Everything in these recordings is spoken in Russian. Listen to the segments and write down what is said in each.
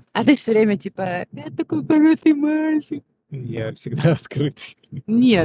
А ты все время типа: "Я такой хороший мальчик". Я всегда открытый. Нет.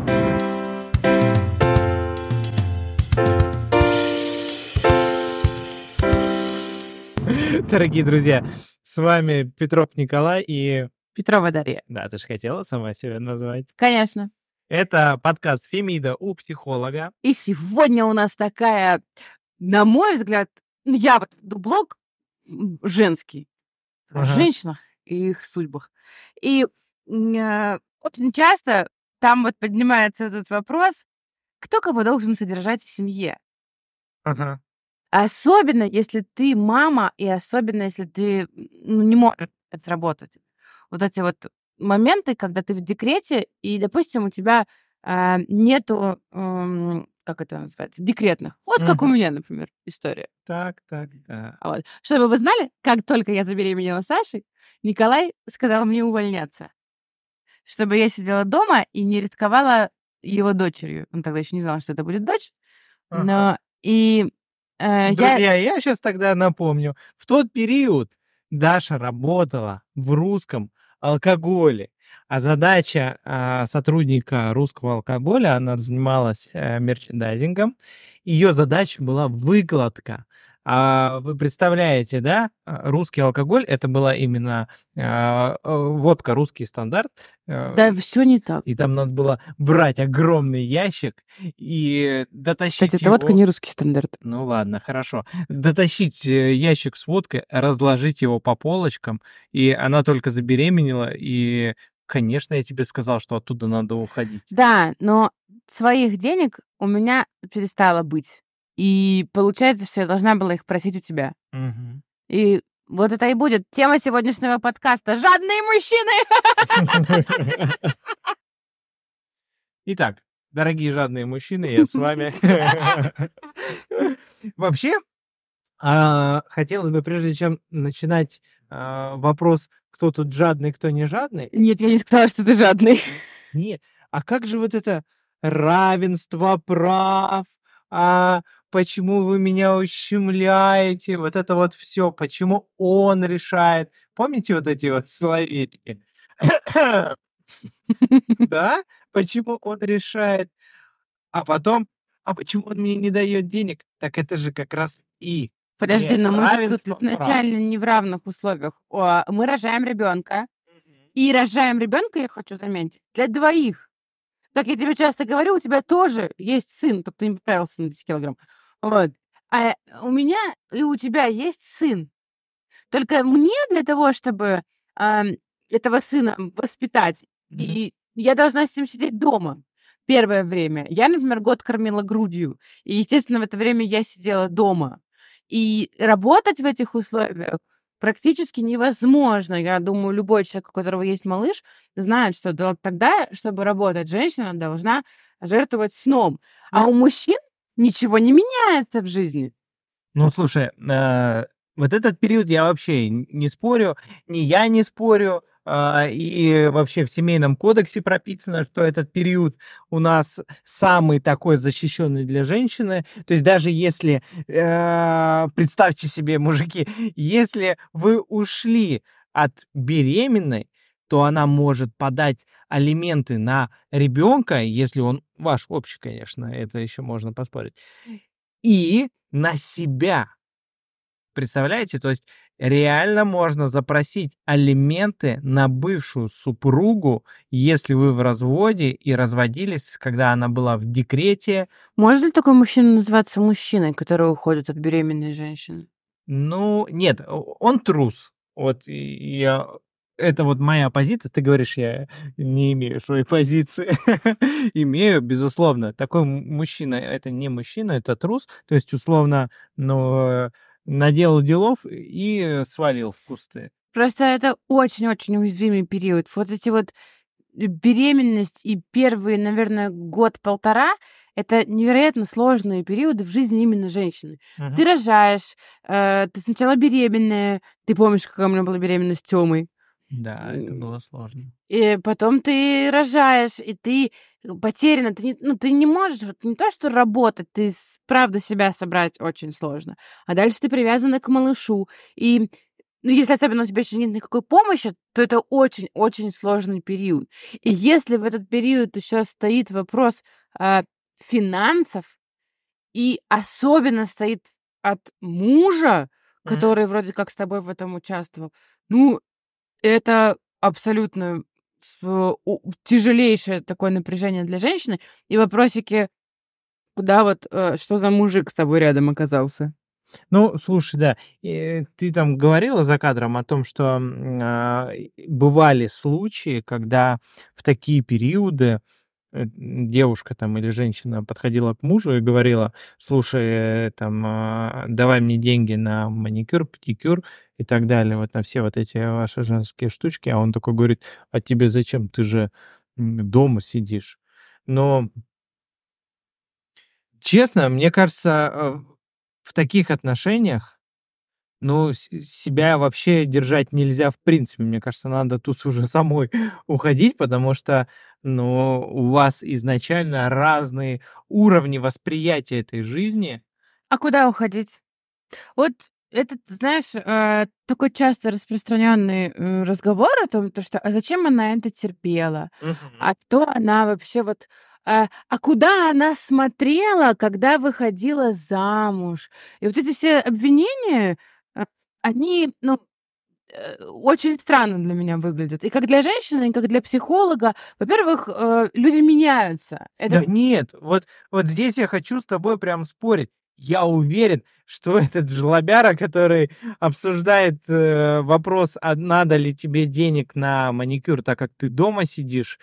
Дорогие друзья, с вами Петров Николай и... Петрова Дарья. Да, ты же хотела сама себя назвать. Конечно. Это подкаст «Фемида у психолога». И сегодня у нас такая, на мой взгляд, я вот веду блог, женский, о Ага. женщинах и их судьбах. И, очень часто там вот поднимается этот вопрос, кто кого должен содержать в семье. Ага. Особенно, если ты мама, и особенно, если ты, не можешь это работать. Вот эти вот моменты, когда ты в декрете, и, допустим, у тебя, нету, как это называется, декретных. Вот как у Мгм. меня, например, история. Так. Вот. Чтобы вы знали, как только я забеременела Сашей, Николай сказал мне увольняться, чтобы я сидела дома и не рисковала его дочерью. Он тогда еще не знал, что это будет дочь. Ага. Но и, я Друзья, я сейчас тогда напомню. В тот период Даша работала в русском алкоголе, а задача сотрудника русского алкоголя, она занималась мерчендайзингом, ее задача была выкладка. Вы представляете, да, русский алкоголь, это была именно водка «Русский стандарт», э, Да, все не так. и там надо было брать огромный ящик и Кстати, дотащить это водка его. не русский стандарт. Ну ладно, хорошо. Дотащить ящик с водкой, разложить его по полочкам, и она только забеременела, и, конечно, я тебе сказал, что оттуда надо уходить. Да, но своих денег у меня перестало быть. И получается, что я должна была их просить у тебя. Мгм. И вот это и будет тема сегодняшнего подкаста: "Жадные мужчины". Итак, дорогие жадные мужчины, я с вами. Вообще, хотелось бы, прежде чем начинать вопрос, кто тут жадный, кто не жадный, Нет, я не сказала, что ты жадный. нет. А как же вот это равенство прав? А почему вы меня ущемляете? Вот это вот все. Почему он решает? Помните вот эти вот словечки? Да? Почему он решает? А потом: "А почему он мне не дает денег?" Так это же как раз и Подожди, не но мы же тут равенство прав. изначально не в равных условиях. Мы рожаем ребенка. Мгм. И рожаем ребенка, я хочу заметить, для двоих. Как я тебе часто говорю, у тебя тоже есть сын, только ты не поправился на 10 килограмм. Вот. А у меня и у тебя есть сын. Только мне для того, чтобы, этого сына воспитать, Мгм. и я должна с ним сидеть дома первое время. Я, например, год кормила грудью, и, естественно, в это время я сидела дома. И работать в этих условиях практически невозможно. Я думаю, любой человек, у которого есть малыш, знает, что тогда, чтобы работать, женщина должна жертвовать сном. А у мужчин ничего не меняется в жизни. Ну, слушай, вот этот период я вообще не спорю, ни я не спорю, и вообще в Семейном кодексе прописано, что этот период у нас самый такой защищенный для женщины. То есть даже если, представьте себе, мужики, если вы ушли от беременной, то она может подать алименты на ребенка, если он ваш общий, конечно, это еще можно поспорить, и на себя. Представляете? То есть реально можно запросить алименты на бывшую супругу, если вы в разводе и разводились, когда она была в декрете. Может ли такой мужчина называться мужчиной, который уходит от беременной женщины? Ну, нет, он трус. Вот я... Это вот моя позиция. Ты говоришь, я не имею своей позиции. Имею, безусловно. Такой мужчина, это не мужчина, это трус. То есть, условно, ну, наделал делов и свалил в кусты. Просто это очень-очень уязвимый период. Вот эти вот беременность и первые, наверное, год-полтора — это невероятно сложные периоды в жизни именно женщины. Ты Мгм. рожаешь, ты сначала беременная, ты помнишь, какая у меня была беременность с Тёмой. Да, это было сложно. И потом ты рожаешь, и ты потеряна, ты не можешь, вот не то что работать, правда себя собрать очень сложно, а дальше ты привязана к малышу. И Ну, если особенно у тебя еще нет никакой помощи, то это очень-очень сложный период. И если в этот период еще стоит вопрос, а, финансов, и особенно стоит от мужа, Мгм. который вроде как с тобой в этом участвовал, ну, это абсолютно тяжелейшее такое напряжение для женщины. И вопросики, куда вот, что за мужик с тобой рядом оказался? Ну, слушай, да, ты там говорила за кадром о том, что, бывали случаи, когда в такие периоды, девушка там или женщина подходила к мужу и говорила: "Слушай, давай мне деньги на маникюр, педикюр и так далее, вот на все вот эти ваши женские штучки". А он такой говорит: "А тебе зачем? Ты же, дома сидишь". Но честно, мне кажется, в таких отношениях, ну, себя вообще держать нельзя в принципе. Мне кажется, надо тут уже самой уходить, потому что, ну, у вас изначально разные уровни восприятия этой жизни. А куда уходить? Вот этот, знаешь, такой часто распространенный разговор о том, то что: "А зачем она это терпела? Мгм. А то она вообще вот, а куда она смотрела, когда выходила замуж?" И вот эти все обвинения, а, они, ну, очень странно для меня выглядят. И как для женщины, и как для психолога. Во-первых, люди меняются. Это Да нет, вот здесь я хочу с тобой прям спорить. Я уверен, что этот жлобяра, который обсуждает, вопрос, а надо ли тебе денег на маникюр, так как ты дома сидишь,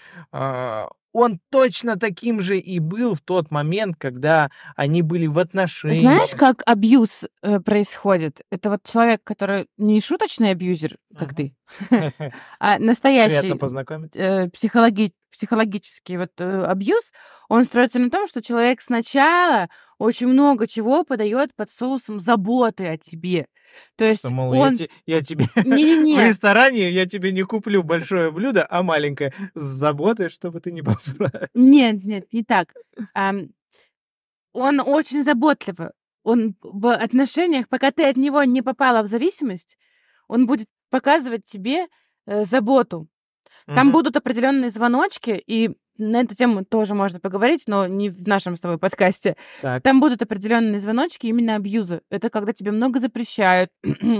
он точно таким же и был в тот момент, когда они были в знаешь, отношениях. как абьюз, происходит? Это вот человек, который не шуточный абьюзер, как Мгм. ты, а Приятно настоящий, познакомиться. психологический вот, абьюз, он строится на том, что человек сначала очень много чего подает под соусом заботы о тебе. То Что, есть мол, он я тебе в не-не-не, ресторане я тебе не куплю большое блюдо, а маленькое, с заботой, чтобы ты не поправ. нет, нет, не так. Ам, он очень заботливый. Он в отношениях, пока ты от него не попала в зависимость, он будет показывать тебе, заботу. Там Мгм. будут определенные звоночки, и на эту тему тоже можно поговорить, но не в нашем с тобой подкасте. Так. Там будут определенные звоночки именно абьюза. Это когда тебе много запрещают.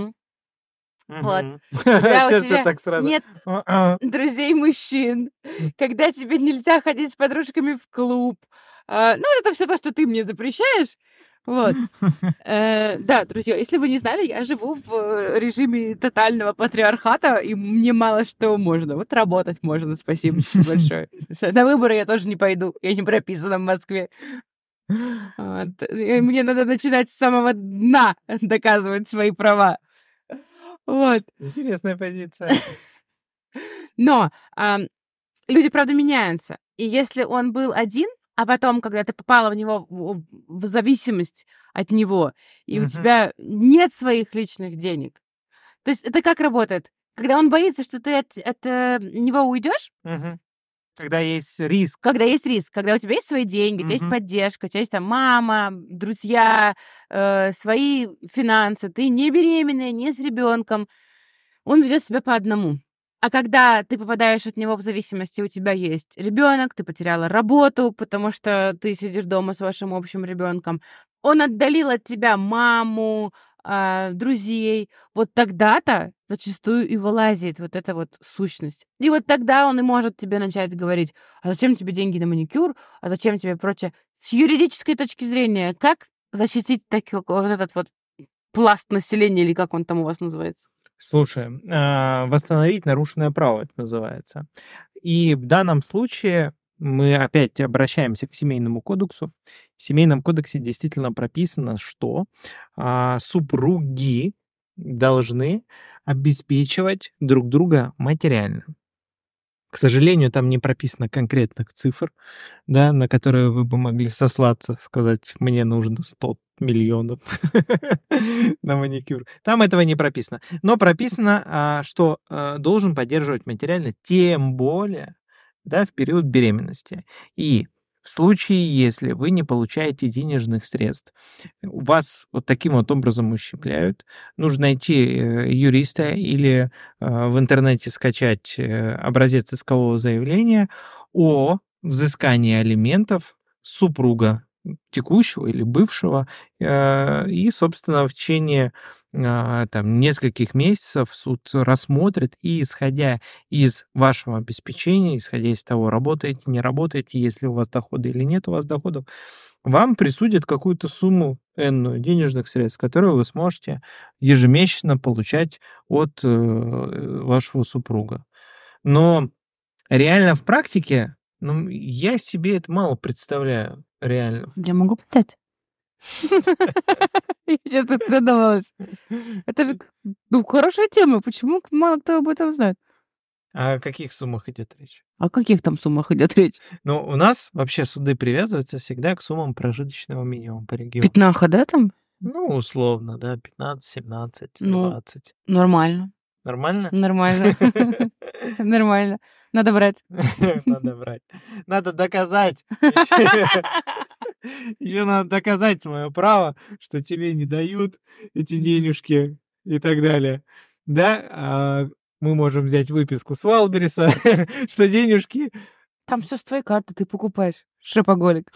Вот. Мгм. Когда у Чё ж ты тебя так сразу? нет А. друзей-мужчин, когда тебе нельзя ходить с подружками в клуб. Ну, это все то, что ты мне запрещаешь. Вот. Да, друзья, если вы не знали, я живу в, режиме тотального патриархата, и мне мало что можно. Вот работать можно, спасибо большое. На выборы я тоже не пойду, я не прописана в Москве. Вот. И мне надо начинать с самого дна доказывать свои права. Вот. Интересная позиция. Но, люди, правда, меняются. И если он был один, а потом, когда ты попала в него в зависимость от него, и у Мгм, тебя нет своих личных денег. То есть это как работает? Когда он боится, что ты от него уйдешь, мгм. Когда есть риск. когда есть риск, когда у тебя есть свои деньги, у тебя есть Мгм, поддержка, у тебя есть там мама, друзья, свои финансы, ты не беременная, не с ребенком, он ведет себя по одному. А когда ты попадаешь от него в зависимость, и у тебя есть ребенок, ты потеряла работу, потому что ты сидишь дома с вашим общим ребенком, он отдалил от тебя маму, друзей, вот тогда-то зачастую и вылазит вот эта вот сущность. И вот тогда он и может тебе начать говорить: "А зачем тебе деньги на маникюр? А зачем тебе прочее?" С юридической точки зрения, как защитить такой вот этот вот пласт населения, или как он там у вас называется? Слушай, восстановить нарушенное право это называется. И в данном случае мы опять обращаемся к Семейному кодексу. В Семейном кодексе действительно прописано, что, супруги должны обеспечивать друг друга материально. К сожалению, там не прописано конкретных цифр, да, на которые вы бы могли сослаться, сказать: "Мне нужно 100 000 000 на маникюр". Там этого не прописано. Но прописано, что, должен поддерживать материально, тем более, да, в период беременности. И В случае, если вы не получаете денежных средств, вас вот таким вот образом ущемляют, нужно найти юриста или в интернете скачать образец искового заявления о взыскании алиментов супруга текущего или бывшего, и, собственно, в течение там, нескольких месяцев суд рассмотрит, и, исходя из вашего обеспечения, исходя из того, работаете, не работаете, есть ли у вас доходы или нет у вас доходов, вам присудят какую-то сумму энную денежных средств, которые вы сможете ежемесячно получать от вашего супруга. Но реально в практике, ну, я себе это мало представляю, реально. Я могу подать? Я сейчас тут задумалась. Это же, ну, хорошая тема. Почему мало кто об этом знает? А о каких суммах идет речь? О каких там суммах идет речь? Ну, у нас вообще суды привязываются всегда к суммам прожиточного минимума по региону. Пятнаха, да, там? Ну, условно, да, 15, 17, Ну, 20. нормально. Нормально? Нормально. Нормально. Надо брать. Надо брать. Надо доказать. Еще надо доказать свое право, что тебе не дают эти денежки и так далее. Да, мы можем взять выписку с Валбериса, что денежки Там все с твоей карты ты покупаешь. Шопоголик.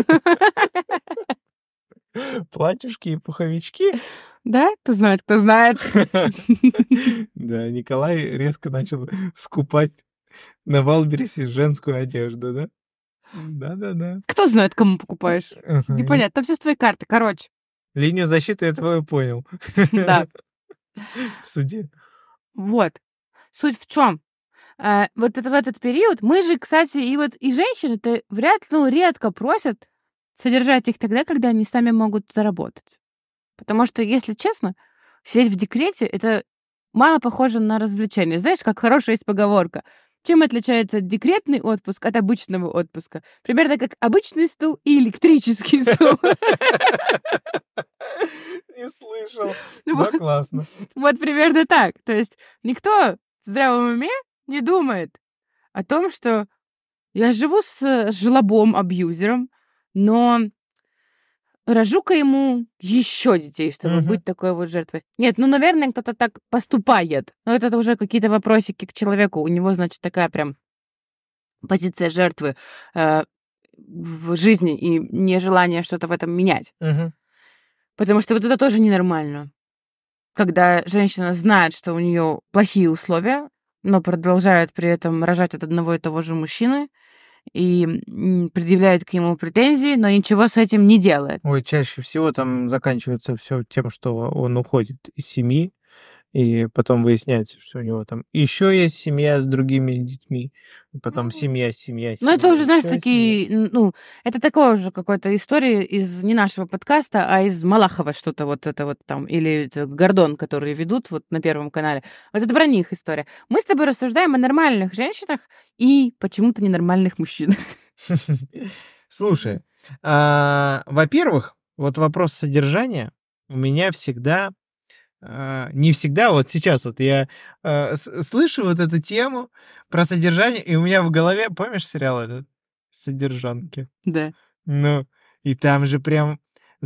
платьюшки и пуховички. Да? Кто знает, кто знает. Да, Николай резко начал скупать на Валбересе женскую одежду, да? Да-да-да. Кто знает, кому покупаешь. Ага. Непонятно. Там все с твоей карты. Короче, Линию защиты я твою понял. да. В суде. Вот. Суть в чем? Вот это в этот период мы же, кстати, и женщины-то вряд ли, ну, редко просят содержать их тогда, когда они сами могут заработать. Потому что, если честно, сидеть в декрете — это мало похоже на развлечение. Знаешь, как хорошая есть поговорка: чем отличается декретный отпуск от обычного отпуска? Примерно как обычный стул и электрический стул. Не слышал. Ну Да, вот. классно. Вот примерно так. То есть никто в здравом уме не думает о том, что я живу с жлобом-абьюзером, но рожу-ка ему еще детей, чтобы Мгм. быть такой вот жертвой. Нет, ну, наверное, кто-то так поступает. Но это уже какие-то вопросики к человеку. У него, значит, такая прям позиция жертвы в жизни и нежелание что-то в этом менять. Мгм. Потому что вот это тоже ненормально. Когда женщина знает, что у нее плохие условия, но продолжает при этом рожать от одного и того же мужчины и предъявляет к нему претензии, но ничего с этим не делает. Ой, чаще всего там заканчивается все тем, что он уходит из семьи, и потом выясняется, что у него там еще есть семья с другими детьми, и потом семья, Ну, это уже, знаешь, еще семья. такие, ну, это такое уже какой-то история из не нашего подкаста, а из Малахова что-то вот это вот там, или это Гордон, которые ведут вот на Первом канале. Вот это про них история. Мы с тобой рассуждаем о нормальных женщинах и почему-то ненормальных мужчинах. Слушай, во-первых, вот вопрос содержания у меня всегда, не всегда, вот сейчас вот я слышу вот эту тему про содержание, и у меня в голове, помнишь сериал этот «Содержанки»? Да. Ну, и там же прям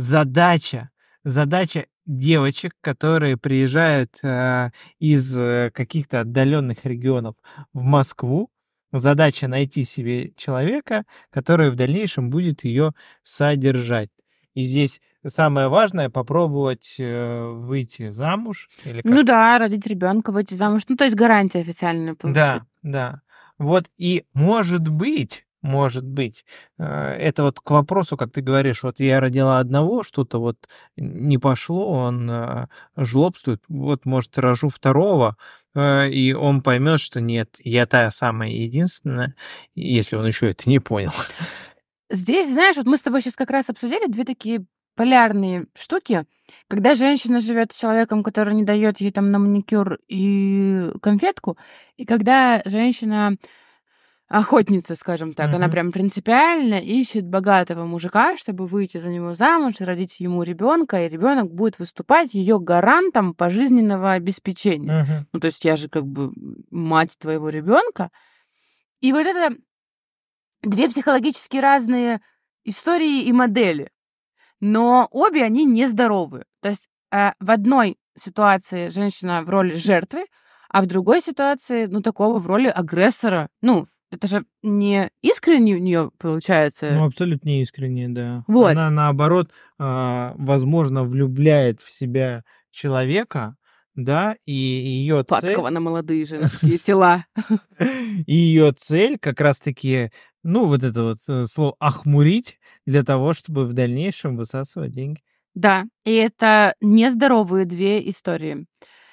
задача девочек, которые приезжают из каких-то отдаленных регионов в Москву, задача найти себе человека, который в дальнейшем будет ее содержать. И здесь самое важное попробовать выйти замуж или как? Ну да, родить ребенка, выйти замуж. Ну, то есть гарантия официальная получить. Да, да. Вот и может быть, это вот к вопросу, как ты говоришь, вот я родила одного, что-то вот не пошло, он жлобствует, вот, может, рожу второго, и он поймет, что нет, я та самая единственная, если он еще это не понял. Здесь, знаешь, вот мы с тобой сейчас как раз обсудили две такие полярные штуки. Когда женщина живет с человеком, который не дает ей там на маникюр и конфетку, и когда женщина охотница, скажем так, она Мгм. прям принципиально ищет богатого мужика, чтобы выйти за него замуж и родить ему ребенка, и ребенок будет выступать ее гарантом пожизненного обеспечения. Мгм. Ну, то есть я же как бы мать твоего ребенка. И вот это 2 психологически разные истории и модели, но обе они нездоровы. То есть, в одной ситуации женщина в роли жертвы, а в другой ситуации, ну, такого в роли агрессора. Ну, это же не искренне у неё получается. Ну, абсолютно неискренне, да. Вот. Она, наоборот, возможно, влюбляет в себя человека, да, и ее цель Падкова на молодые женские тела. и ее цель как раз-таки, ну, вот это вот, слово "охмурить" для того, чтобы в дальнейшем высасывать деньги. Да, и это нездоровые 2 истории.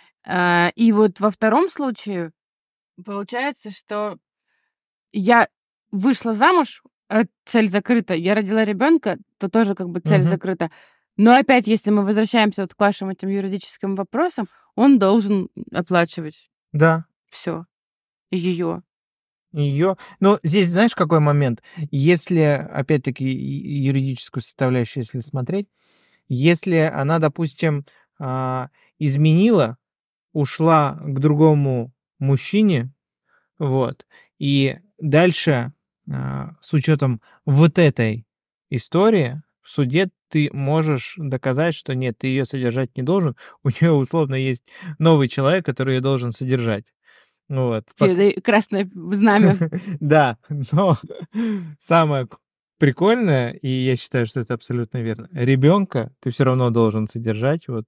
И вот во втором случае получается, что я вышла замуж, цель закрыта. Я родила ребенка, то тоже как бы цель Мгм. закрыта. Но опять, если мы возвращаемся вот к вашим этим юридическим вопросам, он должен оплачивать Да. все ее. Ее, но здесь знаешь, какой момент? Если, опять-таки, юридическую составляющую, если смотреть, если она, допустим, изменила, ушла к другому мужчине, вот, и дальше, с учетом вот этой истории в суде ты можешь доказать, что нет, ты ее содержать не должен. У нее условно есть новый человек, который ее должен содержать. Вот. Красное знамя. Да, но самое прикольное, и я считаю, что это абсолютно верно, ребенка ты все равно должен содержать вот,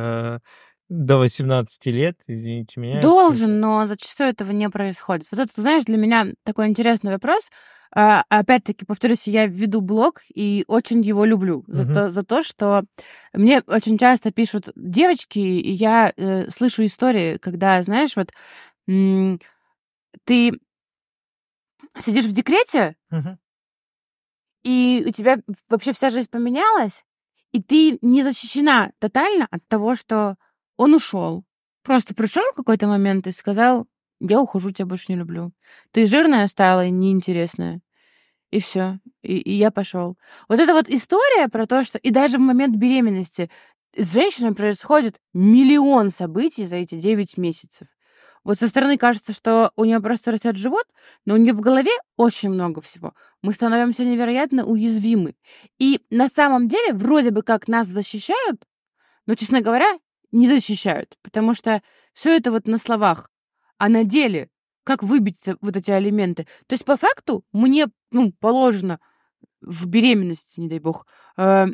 до 18 лет, извините меня. Должен, но зачастую этого не происходит. Вот это, знаешь, для меня такой интересный вопрос. Опять-таки, повторюсь, я веду блог и очень его люблю Мгм. за то, что мне очень часто пишут девочки, и я, слышу истории, когда, знаешь, вот, м, ты сидишь в декрете, Мгм. и у тебя вообще вся жизнь поменялась, и ты не защищена тотально от того, что он ушел. Просто пришел в какой-то момент и сказал: "Я ухожу, тебя больше не люблю. Ты жирная стала и неинтересная". И все, и я пошел. Вот эта вот история про то, что и даже в момент беременности с женщиной происходит миллион событий за эти 9 месяцев. Вот со стороны кажется, что у нее просто растет живот, но у нее в голове очень много всего. Мы становимся невероятно уязвимы. И на самом деле вроде бы как нас защищают, но, честно говоря, не защищают, потому что все это вот на словах, а на деле как выбить вот эти алименты? То есть по факту мне, ну, положено в беременности, не дай бог, э,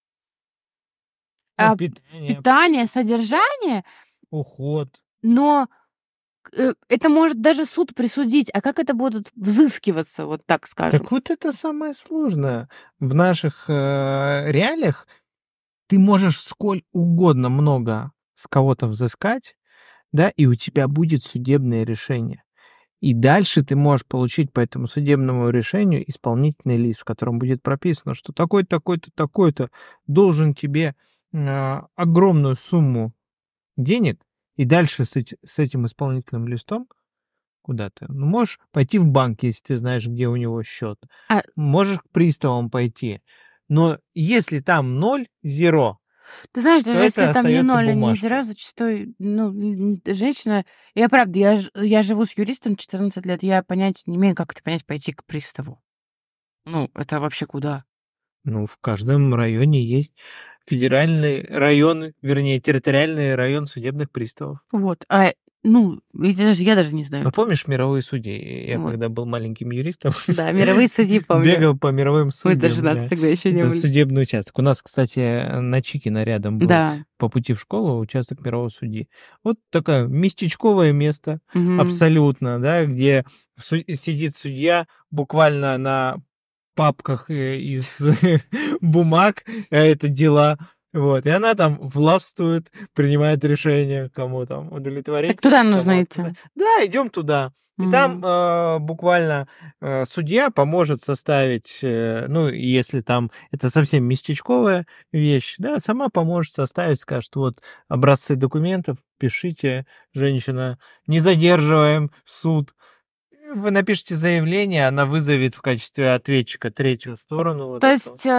Ну, а, питание, питание, содержание, уход. но это может даже суд присудить. А как это будут взыскиваться, вот так скажем? Так вот это самое сложное. В наших, реалиях ты можешь сколь угодно много с кого-то взыскать, да, и у тебя будет судебное решение. И дальше ты можешь получить по этому судебному решению исполнительный лист, в котором будет прописано, что такой-то, такой-то, такой-то должен тебе, огромную сумму денег, и дальше с этим исполнительным листом куда ты? Ну, можешь пойти в банк, если ты знаешь, где у него счет. А Можешь к приставам пойти. Но если там ноль, зеро, Ты знаешь, то даже если это там не остается 0 и не 0, бумажкой. зачастую, ну, женщина я правда, я живу с юристом 14 лет, я понятия не имею, как это понять пойти к приставу. Ну, это вообще куда? Ну, в каждом районе есть федеральный район, вернее, территориальный район судебных приставов. Вот, ну, я даже не Ну, знаю. помнишь мировые судьи? Я Вот. когда был маленьким юристом, Да, мировые судьи помню. бегал по мировым Мы даже судьям, женаты да. тогда еще не Это были. судебный участок. У нас, кстати, на Чикино рядом был Да. по пути в школу участок мирового судьи. Вот такое местечковое место Мгм. абсолютно, да, где сидит судья буквально на папках из бумаг, это дела. Вот, и она там властвует, принимает решение, кому там Так удовлетворить, туда кому нужно идти. отказать. Да, идем туда. И там, М. буквально, судья поможет составить, ну, если там это совсем местечковая вещь, да, сама поможет составить, скажет: "Вот образцы документов, пишите, женщина, не задерживаем суд". Вы напишите заявление, она вызовет в качестве ответчика третью сторону вот То эту. есть,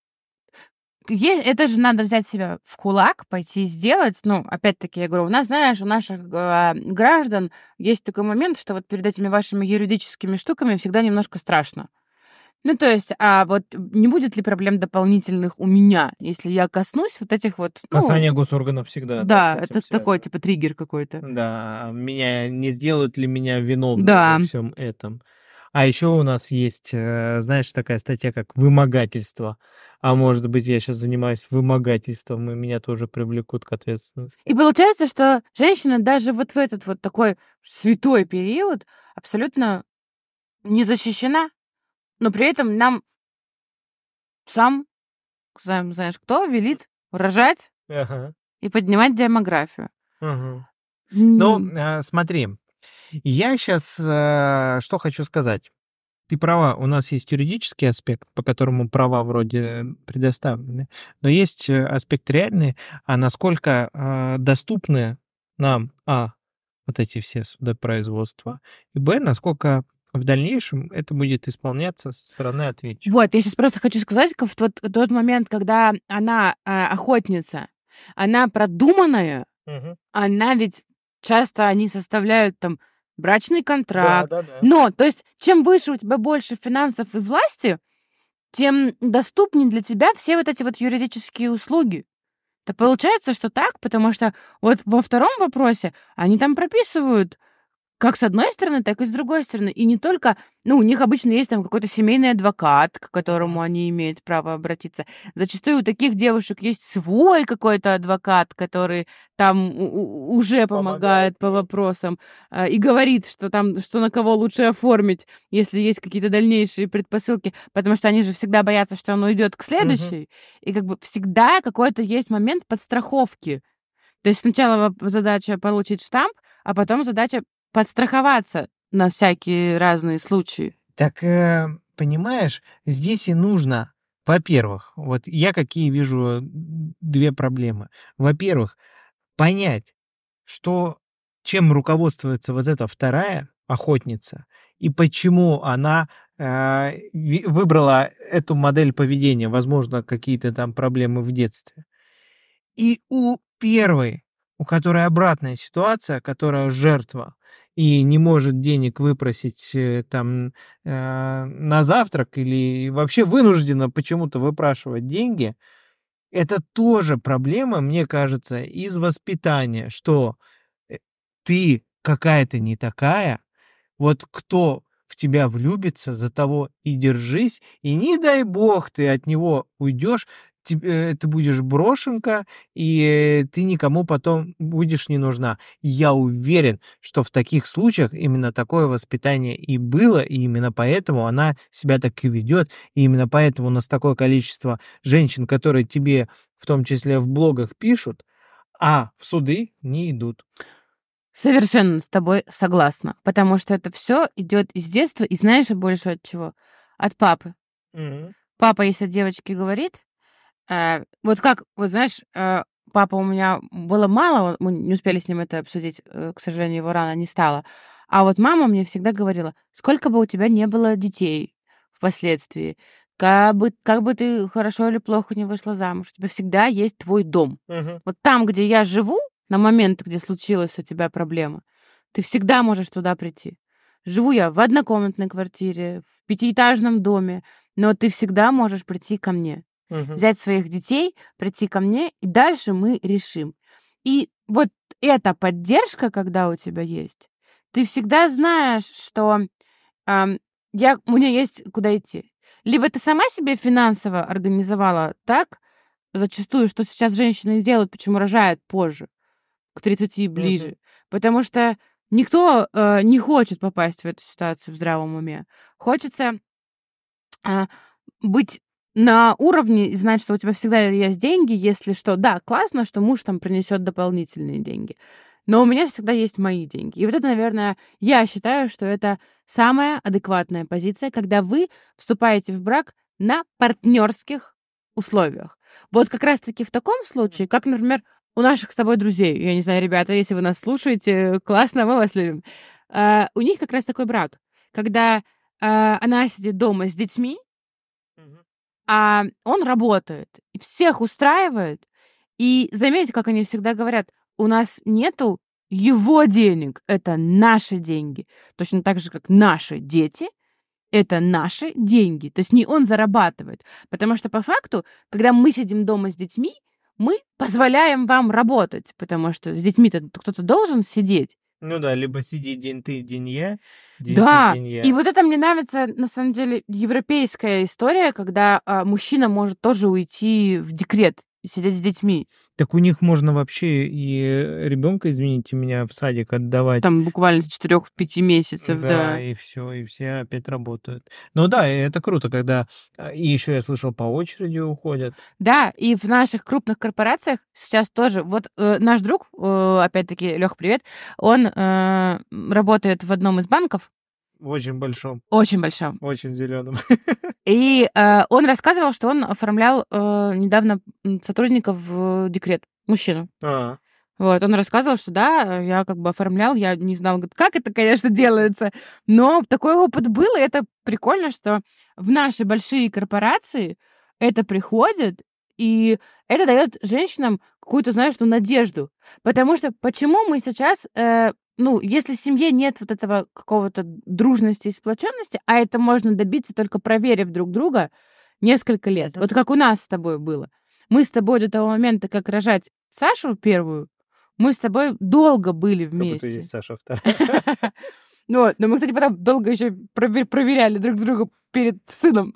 это же надо взять себя в кулак, пойти сделать. Ну, опять-таки, я говорю, у нас, знаешь, у наших, граждан есть такой момент, что вот перед этими вашими юридическими штуками всегда немножко страшно. Ну, то есть, вот не будет ли проблем дополнительных у меня, если я коснусь вот этих вот, ну Касание госорганов всегда, да, с да, этим это такой связано. типа триггер какой-то. Да, меня не сделают ли меня виновным во Да. всем этом? А еще у нас есть, знаешь, такая статья, как вымогательство. А может быть, я сейчас занимаюсь вымогательством, и меня тоже привлекут к ответственности. И получается, что женщина даже вот в этот вот такой святой период абсолютно не защищена, но при этом нам сам, сам знаешь кто, велит рожать Ага, и поднимать демографию. ага. Ну, М, смотри, я сейчас что хочу сказать. Ты права, у нас есть юридический аспект, по которому права вроде предоставлены, но есть аспект реальный, а насколько доступны нам, вот эти все судопроизводства, и насколько в дальнейшем это будет исполняться со стороны ответчика. Вот, я сейчас просто хочу сказать, в тот момент, когда она, охотница, она продуманная, Мгм. она ведь часто они составляют там брачный Да, контракт. да, да. Но, то есть, чем выше у тебя больше финансов и власти, тем доступнее для тебя все вот эти вот юридические услуги. Да получается, что так, потому что вот во втором вопросе они там прописывают как с одной стороны, так и с другой стороны. И не только, ну, у них обычно есть там какой-то семейный адвокат, к которому Мгм. они имеют право обратиться. Зачастую у таких девушек есть свой какой-то адвокат, который там уже Помогает помогает по ей. вопросам, и говорит, что там, что на кого лучше оформить, если есть какие-то дальнейшие предпосылки, потому что они же всегда боятся, что он уйдет к Мгм. следующей. И как бы всегда какой-то есть момент подстраховки. То есть сначала задача получить штамп, а потом задача подстраховаться на всякие разные случаи. Так, понимаешь, здесь и нужно, во-первых, вот я какие вижу две проблемы. Во-первых, понять, что чем руководствуется вот эта вторая охотница и почему она, выбрала эту модель поведения. Возможно, какие-то там проблемы в детстве. И у первой, у которой обратная ситуация, которая жертва и не может денег выпросить, там, на завтрак или вообще вынуждена почему-то выпрашивать деньги, это тоже проблема, мне кажется, из воспитания, что, э, ты какая-то не такая, вот кто в тебя влюбится, за того и держись, и не дай бог ты от него уйдешь, ты будешь брошенка, и ты никому потом будешь не нужна. Я уверен, что в таких случаях именно такое воспитание и было, и именно поэтому она себя так и ведет, и именно поэтому у нас такое количество женщин, которые тебе, в том числе в блогах, пишут, а в суды не идут. Совершенно с тобой согласна, потому что это все идет из детства, и знаешь больше от чего? От папы. Мгм. Папа, если девочке говорит, вот как, вот знаешь, папа у меня было мало, мы не успели с ним это обсудить, к сожалению, его рано не стало. А вот мама мне всегда говорила: "Сколько бы у тебя не было детей впоследствии, как бы ты хорошо или плохо не вышла замуж, у тебя всегда есть твой дом. Мгм. Вот там, где я живу, на момент, где случилась у тебя проблема, ты всегда можешь туда прийти. Живу я в однокомнатной квартире, в пятиэтажном доме, но ты всегда можешь прийти ко мне, Мгм. взять своих детей, прийти ко мне, и дальше мы решим". И вот эта поддержка, когда у тебя есть, ты всегда знаешь, что, ам, у меня есть куда идти. Либо ты сама себе финансово организовала так, зачастую, что сейчас женщины и делают, почему рожают позже, к 30 Мгм. ближе, потому что никто, не хочет попасть в эту ситуацию в здравом уме. Хочется, а, быть на уровне и знать, что у тебя всегда есть деньги, если что. Да, классно, что муж там принесет дополнительные деньги, но у меня всегда есть мои деньги. И вот это, наверное, я считаю, что это самая адекватная позиция, когда вы вступаете в брак на партнерских условиях. Вот как раз таки в таком случае, как, например, у наших с тобой друзей, я не знаю, ребята, если вы нас слушаете, классно, мы вас любим. У них как раз такой брак, когда, она сидит дома с детьми, Мгм. а он работает и всех устраивает. И заметьте, как они всегда говорят: "У нас нету его денег, это наши деньги". Точно так же, как наши дети это наши деньги. То есть не он зарабатывает. Потому что по факту, когда мы сидим дома с детьми, мы позволяем вам работать, потому что с детьми-то кто-то должен сидеть. Ну да, либо сиди день ты, день я, день ты, Да, день и я. вот это мне нравится, на самом деле, европейская история, когда мужчина может тоже уйти в декрет и сидеть с детьми. Так у них можно вообще и ребенка, извините меня, в садик отдавать. Там буквально с 4-5 месяцев, Да, да. и все, и все опять работают. Ну да, и это круто, когда и еще я слышал, по очереди уходят. Да, и в наших крупных корпорациях сейчас тоже. Вот наш друг, опять-таки, Лех, привет, он работает в одном из банков, В очень большом, очень большом. очень зеленом. И он рассказывал, что он оформлял недавно сотрудников в декрет, мужчину. А, Вот, он рассказывал, что да, я как бы оформлял, я не знал, говорит, как это, конечно, делается, но такой опыт был, и это прикольно, что в наши большие корпорации это приходит, и это дает женщинам какую-то, знаешь, ну, надежду. Потому что почему мы сейчас, ну, если в семье нет вот этого какого-то дружности и сплоченности, а это можно добиться только проверив друг друга несколько лет. Вот как у нас с тобой было. Мы с тобой до того момента, как рожать Сашу первую, мы с тобой долго были как будто вместе. есть Саша вторая. Ну вот, но мы, кстати, потом долго еще проверяли друг друга перед сыном.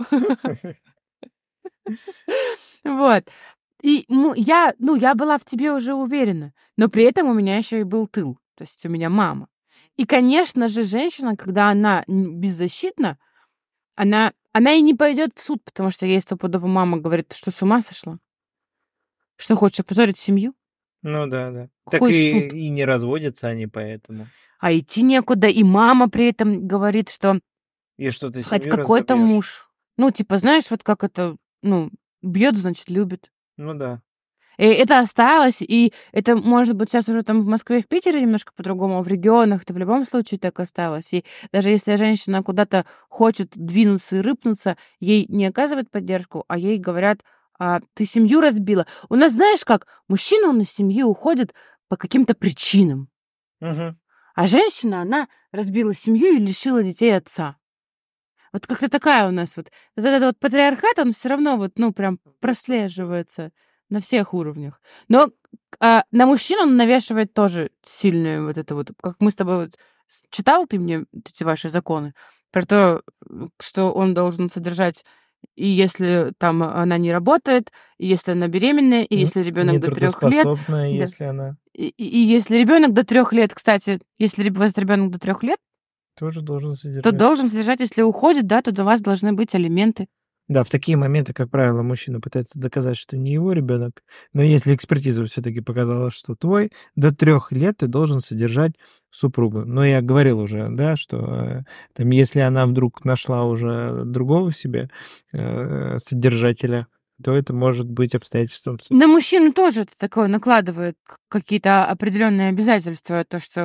Вот. И я была в тебе уже уверена, но при этом у меня еще и был тыл, то есть у меня мама. И, конечно же, женщина, когда она беззащитна, она и не пойдет в суд, потому что ей стопудово мама говорит: "Ты что, с ума сошла? Что, хочешь опозорить семью? Ну да, да. Так Какой суд?" и не разводятся они поэтому. А идти некуда. И мама при этом говорит, что И что, ты хоть семью какой-то разобьешь? муж. Ну, типа, знаешь, вот как это, ну, бьет, значит, любит. Ну да. И это осталось, и это, может быть, сейчас уже там в Москве и в Питере немножко по-другому, а в регионах это в любом случае так осталось. И даже если женщина куда-то хочет двинуться и рыпнуться, ей не оказывают поддержку, а ей говорят: "Ты семью разбила". У нас, знаешь как, мужчина, он из семьи уходит по каким-то причинам, Мгм. а женщина, она разбила семью и лишила детей отца. Вот как-то такая у нас вот этот вот патриархат, он все равно вот, ну, прям прослеживается на всех уровнях. Но, на мужчин он навешивает тоже сильное вот это вот, как мы с тобой вот читал ты мне эти ваши законы про то, что он должен содержать, и если там она не работает, и если она беременная, и если ребенок до 3 лет. Нетрудоспособная, Да. если она И если ребенок до 3 лет, кстати, если у вас ребенок до 3 лет, тоже должен то содержать. должен содержать, если уходит, да, то до вас должны быть алименты. Да, в такие моменты, как правило, мужчина пытается доказать, что не его ребенок, но если экспертиза все-таки показала, что твой, до 3 лет ты должен содержать супругу. Но я говорил уже, да, что там, если она вдруг нашла уже другого в себе содержателя, то это может быть обстоятельством. На мужчину тоже это такое накладывает какие-то определенные обязательства, то, что,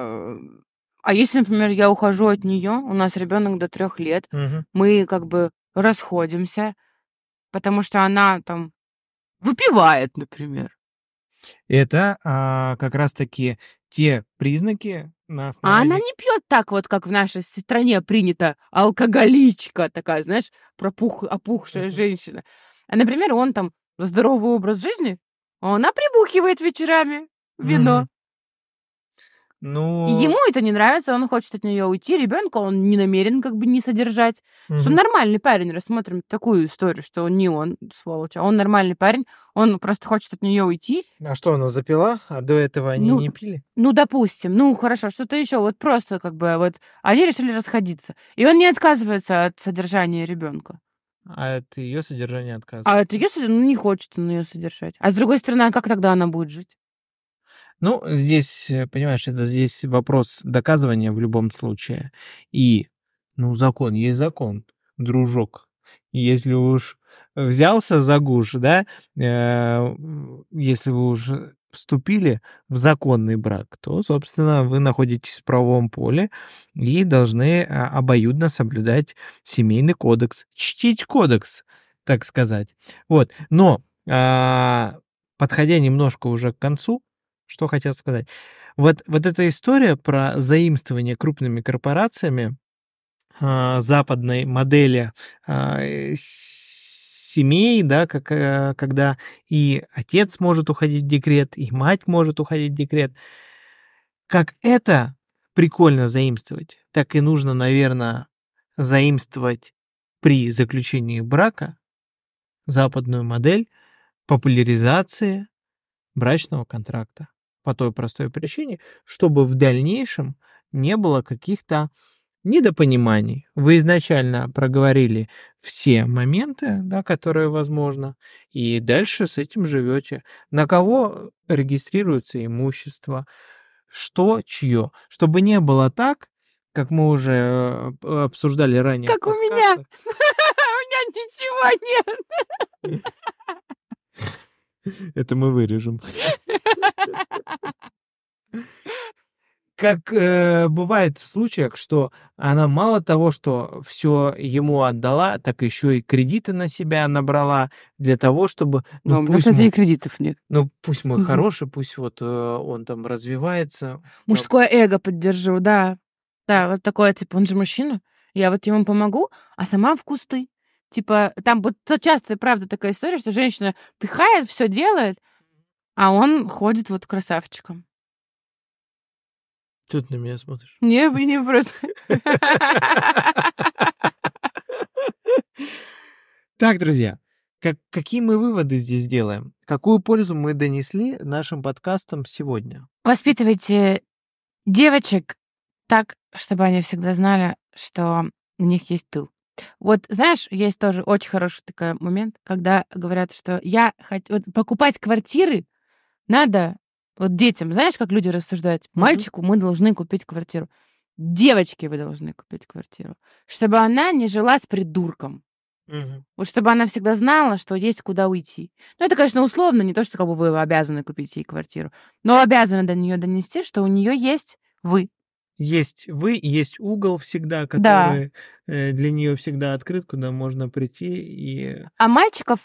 а если, например, я ухожу от нее, у нас ребенок до 3 лет, Мгм. мы как бы расходимся, потому что она там выпивает, например. Это как раз-таки те признаки, на А она основе. не пьет так вот, как в нашей стране принято, алкоголичка такая, знаешь, опухшая Мгм. женщина. А, например, он там за здоровый образ жизни, а она прибухивает вечерами вино. Мгм. И Ну, ему это не нравится, он хочет от нее уйти, ребенка он не намерен как бы не содержать. Что мгм. нормальный парень, рассмотрим такую историю, что не он сволочь, а он нормальный парень, он просто хочет от нее уйти. А что, она запила? А до этого они Ну, не пили? ну, допустим, ну, хорошо, что-то еще, вот просто как бы вот они решили расходиться, и он не отказывается от содержания ребенка. А от ее содержания А это отказывается. если, ну, не хочет он ее содержать. А с другой стороны, а как тогда она будет жить? Ну, здесь, понимаешь, это здесь вопрос доказывания в любом случае. И, ну, закон есть закон, дружок. И если уж взялся за гуж, да, если вы уже вступили в законный брак, то, собственно, вы находитесь в правовом поле и должны обоюдно соблюдать семейный кодекс, чтить кодекс, так сказать. Вот. Но, подходя немножко уже к концу, что хотел сказать. Вот эта история про заимствование крупными корпорациями, западной модели семей, да, когда и отец может уходить в декрет, и мать может уходить в декрет. Как это прикольно заимствовать, так и нужно, наверное, заимствовать при заключении брака западную модель популяризации брачного контракта. По той простой причине, чтобы в дальнейшем не было каких-то недопониманий. Вы изначально проговорили все моменты, да, которые возможно, и дальше с этим живете. На кого регистрируется имущество, что чье. Чтобы не было так, как мы уже обсуждали ранее в Как у меня. У подкастах. меня ничего нет. Это мы вырежем. Как бывает в случаях, что она мало того, что все ему отдала, так еще и кредиты на себя набрала для того, чтобы, Но у меня, кстати, и кредитов нет. пусть мой Мгм. хороший, пусть вот он там развивается. там. Мужское эго поддержу, да. Да, вот такое, типа, он же мужчина, я вот ему помогу, а сама в кусты. Типа, там вот часто, правда, такая история, что женщина пихает, все делает, а он ходит вот красавчиком. Что ты на меня смотришь? Не, вы не просто. Так, друзья, какие мы выводы здесь делаем? Какую пользу мы донесли нашим подкастам сегодня? Воспитывайте девочек так, чтобы они всегда знали, что у них есть тыл. Вот знаешь, есть тоже очень хороший такой момент, когда говорят, что вот покупать квартиры надо вот детям. Знаешь, как люди рассуждают? Мгм. Мальчику мы должны купить квартиру. Девочке вы должны купить квартиру, чтобы она не жила с придурком. Мгм. Вот чтобы она всегда знала, что есть куда уйти. Ну, это, конечно, условно, не то, что как бы вы обязаны купить ей квартиру, но обязаны до нее донести, что у нее есть вы. Есть вы, есть угол всегда, Да. который для нее всегда открыт, куда можно прийти и А мальчиков,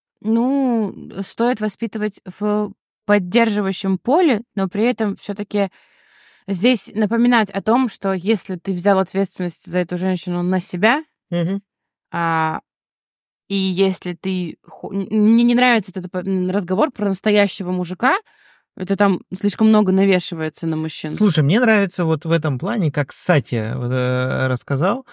ну, стоит воспитывать в поддерживающем поле, но при этом все-таки здесь напоминать о том, что если ты взял ответственность за эту женщину на себя, Мгм. а, и если ты... Мне не нравится этот разговор про настоящего мужика, это там слишком много навешивается на мужчин. Слушай, мне нравится вот в этом плане, как Сатья рассказал,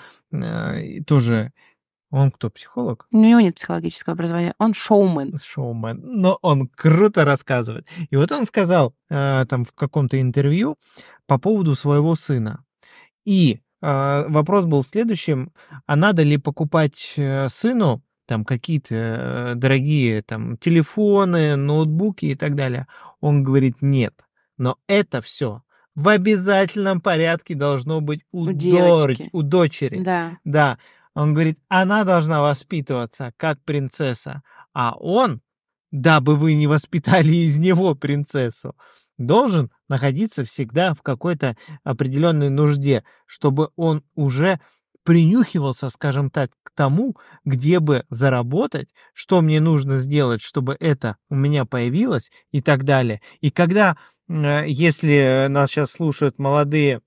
и тоже он кто, психолог? У него нет психологического образования, он шоумен. Шоумен, но он круто рассказывает. И вот он сказал там в каком-то интервью по поводу своего сына. И вопрос был в следующем: а надо ли покупать сыну там какие-то дорогие там телефоны, ноутбуки и так далее? Он говорит, нет. Но это все в обязательном порядке должно быть У девочки. у дочери. Да. Да. Он говорит, она должна воспитываться как принцесса, а он, дабы вы не воспитали из него принцессу, должен находиться всегда в какой-то определенной нужде, чтобы он уже принюхивался, скажем так, к тому, где бы заработать, что мне нужно сделать, чтобы это у меня появилось и так далее. И когда, если нас сейчас слушают молодые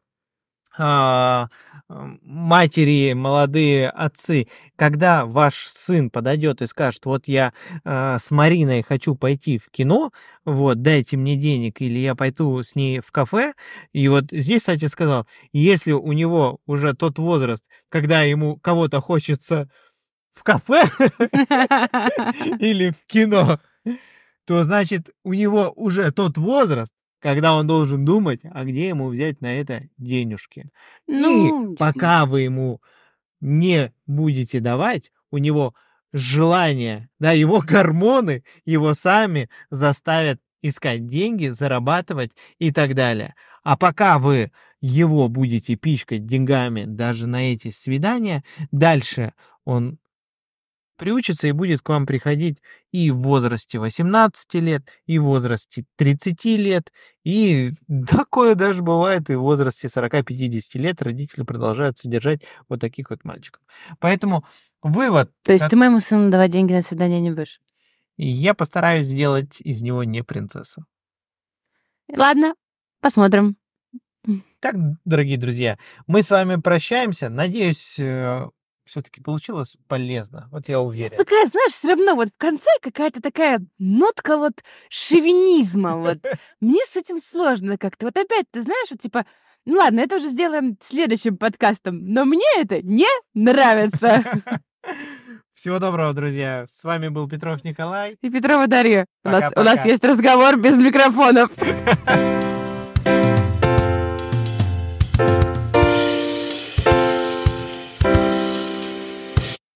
матери, молодые отцы, когда ваш сын подойдет и скажет, вот я с Мариной хочу пойти в кино, вот, дайте мне денег, или я пойду с ней в кафе, и вот здесь, кстати, сказал, если у него уже тот возраст, когда ему кого-то хочется в кафе или в кино, то значит у него уже тот возраст, когда он должен думать, а где ему взять на это денежки. И Ну, пока вы ему не будете давать, у него желание, да, его гормоны его сами заставят искать деньги, зарабатывать и так далее. А пока вы его будете пичкать деньгами даже на эти свидания, дальше он приучится и будет к вам приходить и в возрасте 18 лет, и в возрасте 30 лет, и такое даже бывает и в возрасте 40-50 лет родители продолжают содержать вот таких вот мальчиков. Поэтому вывод, То есть ты моему сыну давать деньги на свидание не будешь? я постараюсь сделать из него не принцессу. Ладно, посмотрим. Так, дорогие друзья, мы с вами прощаемся. Надеюсь, все-таки получилось полезно. Вот я уверен. Такая, знаешь, все равно вот в конце какая-то такая нотка вот шовинизма. Вот. Мне с этим сложно как-то. Вот опять, ты знаешь, вот типа, ну ладно, это уже сделаем следующим подкастом, но мне это не нравится. Всего доброго, друзья. С вами был Петров Николай. И Петрова Дарья. У нас Пока-пока. есть разговор без микрофонов.